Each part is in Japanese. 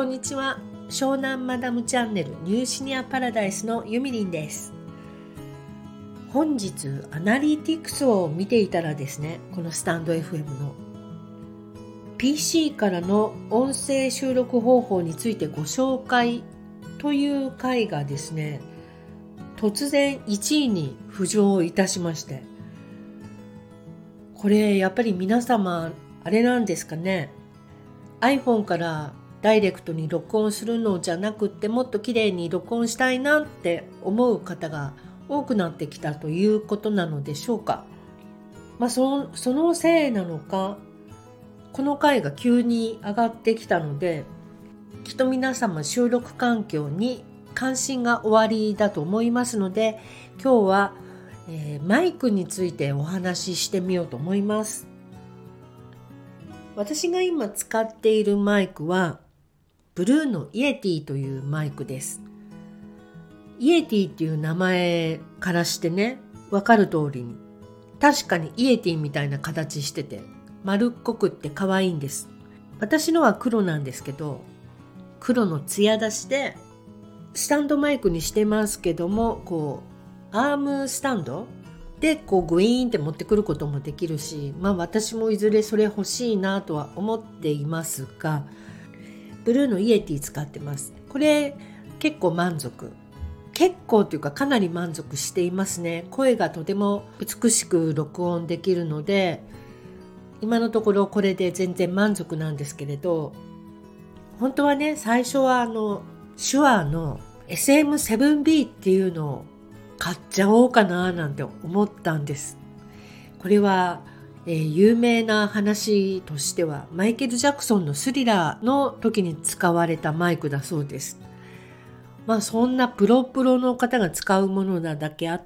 んにちは。湘南マダムチャンネルニューシニアパラダイスのゆみりんです。本日アナリティクスを見ていたらですね、このスタンド FM の PC からの音声収録方法についてご紹介という回がですね、突然1位に浮上いたしまして、これやっぱり皆様あれなんですかね、 iPhone からダイレクトに録音するのじゃなくって、もっと綺麗に録音したいなって思う方が多くなってきたということなのでしょうか。そのせいなのか、この回が急に上がってきたので、きっと皆様収録環境に関心がおありだと思いますので、今日は、マイクについてお話ししてみようと思います。私が今使っているマイクはブルーのイエティというマイクです。イエティっていう名前からしてね、わかる通りに確かにイエティみたいな形してて丸っこくって可愛いんです。私のは黒なんですけど、黒の艶出しでスタンドマイクにしてますけども、アームスタンドでグイーンって持ってくることもできるし、私もいずれそれ欲しいなとは思っていますが、ブルーのイエティ使ってます。これ結構というかかなり満足していますね。声がとても美しく録音できるので、今のところこれで全然満足なんですけれど、本当はね、最初は手話の SM7B っていうのを買っちゃおうかななんて思ったんです。これは、有名な話としてはマイケル・ジャクソンのスリラーの時に使われたマイクだそうです。そんなプロの方が使うものなだけあって、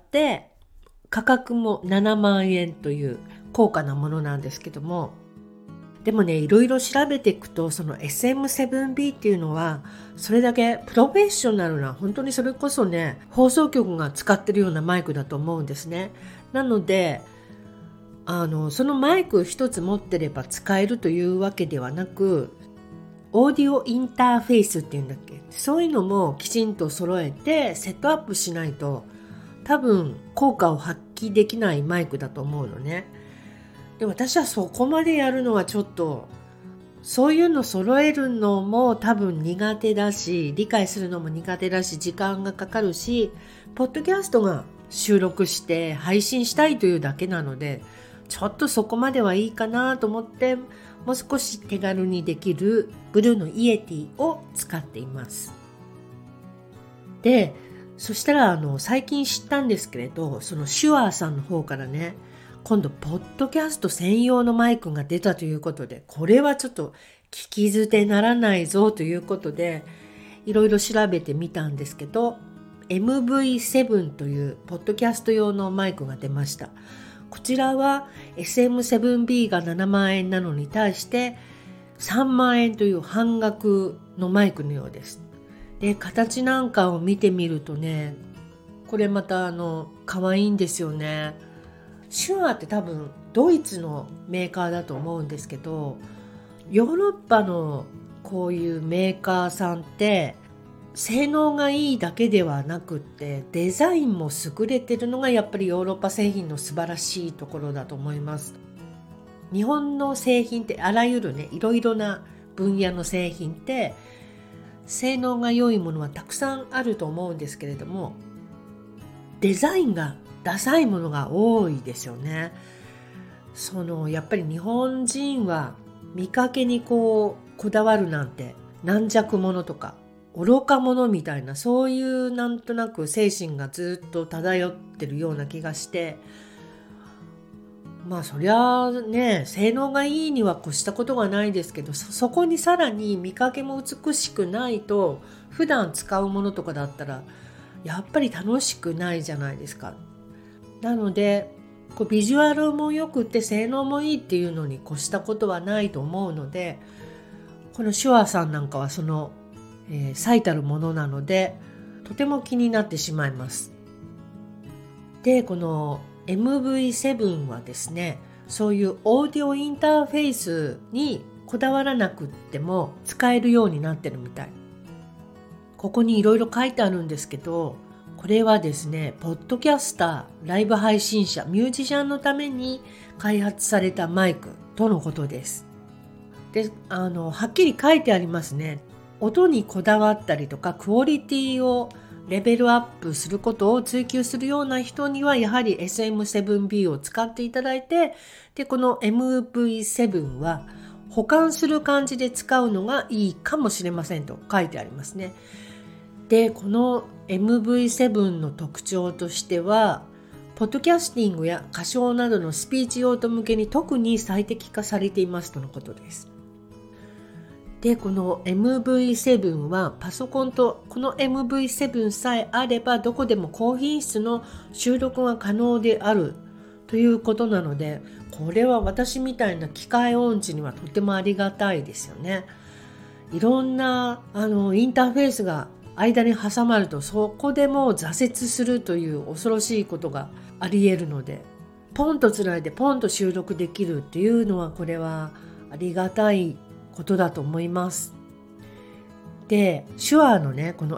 価格も7万円という高価なものなんですけども、でもね、いろいろ調べていくと、その SM7B っていうのはそれだけプロフェッショナルな、本当にそれこそね、放送局が使ってるようなマイクだと思うんですね。なのでそのマイク一つ持ってれば使えるというわけではなく、オーディオインターフェースっていうんだっけ、そういうのもきちんと揃えてセットアップしないと多分効果を発揮できないマイクだと思うのね。で、私はそこまでやるのはちょっと、そういうの揃えるのも多分苦手だし、理解するのも苦手だし、時間がかかるし、ポッドキャストが収録して配信したいというだけなので、ちょっとそこまではいいかなと思って、もう少し手軽にできるブルーのイエティを使っています。で、そしたら最近知ったんですけれど、そのシュアーさんの方からね、今度ポッドキャスト専用のマイクが出たということで、これはちょっと聞き捨てならないぞということで、いろいろ調べてみたんですけど、MV7 というポッドキャスト用のマイクが出ました。こちらは SM7B が7万円なのに対して3万円という半額のマイクのようです。で、形なんかを見てみるとね、これまた可愛いんですよね。シュアって多分ドイツのメーカーだと思うんですけど、ヨーロッパのこういうメーカーさんって性能がいいだけではなくって、デザインも優れてるのがやっぱりヨーロッパ製品の素晴らしいところだと思います。日本の製品ってあらゆるね、いろいろな分野の製品って性能が良いものはたくさんあると思うんですけれども、デザインがダサいものが多いですよね。やっぱり日本人は見かけにこだわるなんて軟弱者とか愚か者みたいな、そういうなんとなく精神がずっと漂ってるような気がして、そりゃね、性能がいいには越したことがないですけど、そこにさらに見かけも美しくないと、普段使うものとかだったらやっぱり楽しくないじゃないですか。なのでビジュアルも良くて性能もいいっていうのに越したことはないと思うので、このシュアさんなんかはその最たるものなので、とても気になってしまいます。で、この MV7 はですね、そういうオーディオインターフェースにこだわらなくっても使えるようになってるみたい。ここにいろいろ書いてあるんですけど、これはですね、ポッドキャスター、ライブ配信者、ミュージシャンのために開発されたマイクとのことです。で、はっきり書いてありますね。音にこだわったりとか、クオリティをレベルアップすることを追求するような人には、やはり SM7B を使っていただいて、で、この MV7 は保管する感じで使うのがいいかもしれませんと書いてありますね。で、この MV7 の特徴としては、ポッドキャスティングや歌唱などのスピーチ用途向けに特に最適化されていますとのことです。で、この MV7 はパソコンとこの MV7 さえあればどこでも高品質の収録が可能であるということなので、これは私みたいな機械音痴にはとてもありがたいですよね。いろんなインターフェースが間に挟まると、そこでもう挫折するという恐ろしいことがあり得るので、ポンとつないでポンと収録できるっていうのは、これはありがたいことだと思います。で、手話のね、この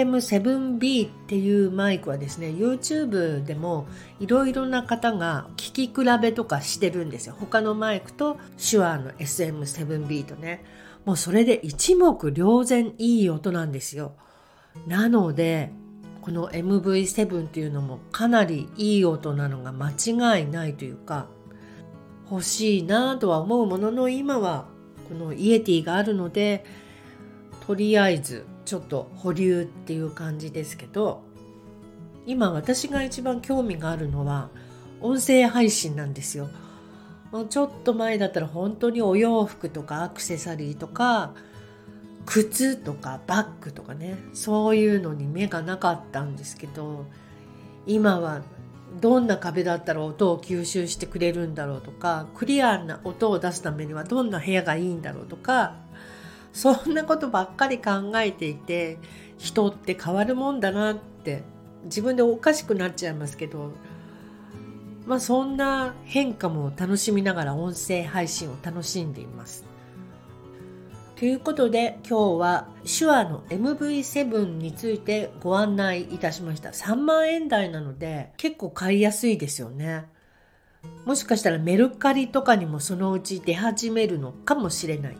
SM7B っていうマイクはですね、 YouTube でもいろいろな方が聞き比べとかしてるんですよ。他のマイクと手話の SM7B とね、もうそれで一目瞭然いい音なんですよ。なのでこの MV7 っていうのもかなりいい音なのが間違いないというか、欲しいなとは思うものの、今はこのイエティがあるので、とりあえずちょっと保留っていう感じですけど、今私が一番興味があるのは音声配信なんですよ。ちょっと前だったら本当にお洋服とかアクセサリーとか靴とかバッグとかね、そういうのに目がなかったんですけど、今はどんな壁だったら音を吸収してくれるんだろうとか、クリアな音を出すためにはどんな部屋がいいんだろうとか、そんなことばっかり考えていて、人って変わるもんだなって自分でおかしくなっちゃいますけど、そんな変化も楽しみながら音声配信を楽しんでいます。ということで、今日は手話の MV7 についてご案内いたしました。3万円台なので結構買いやすいですよね。もしかしたらメルカリとかにもそのうち出始めるのかもしれない。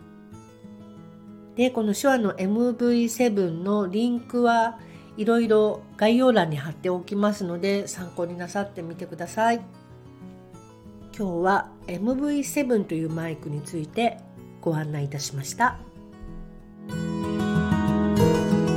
で、この手話の MV7 のリンクはいろいろ概要欄に貼っておきますので、参考になさってみてください。今日は MV7 というマイクについてご案内いたしました。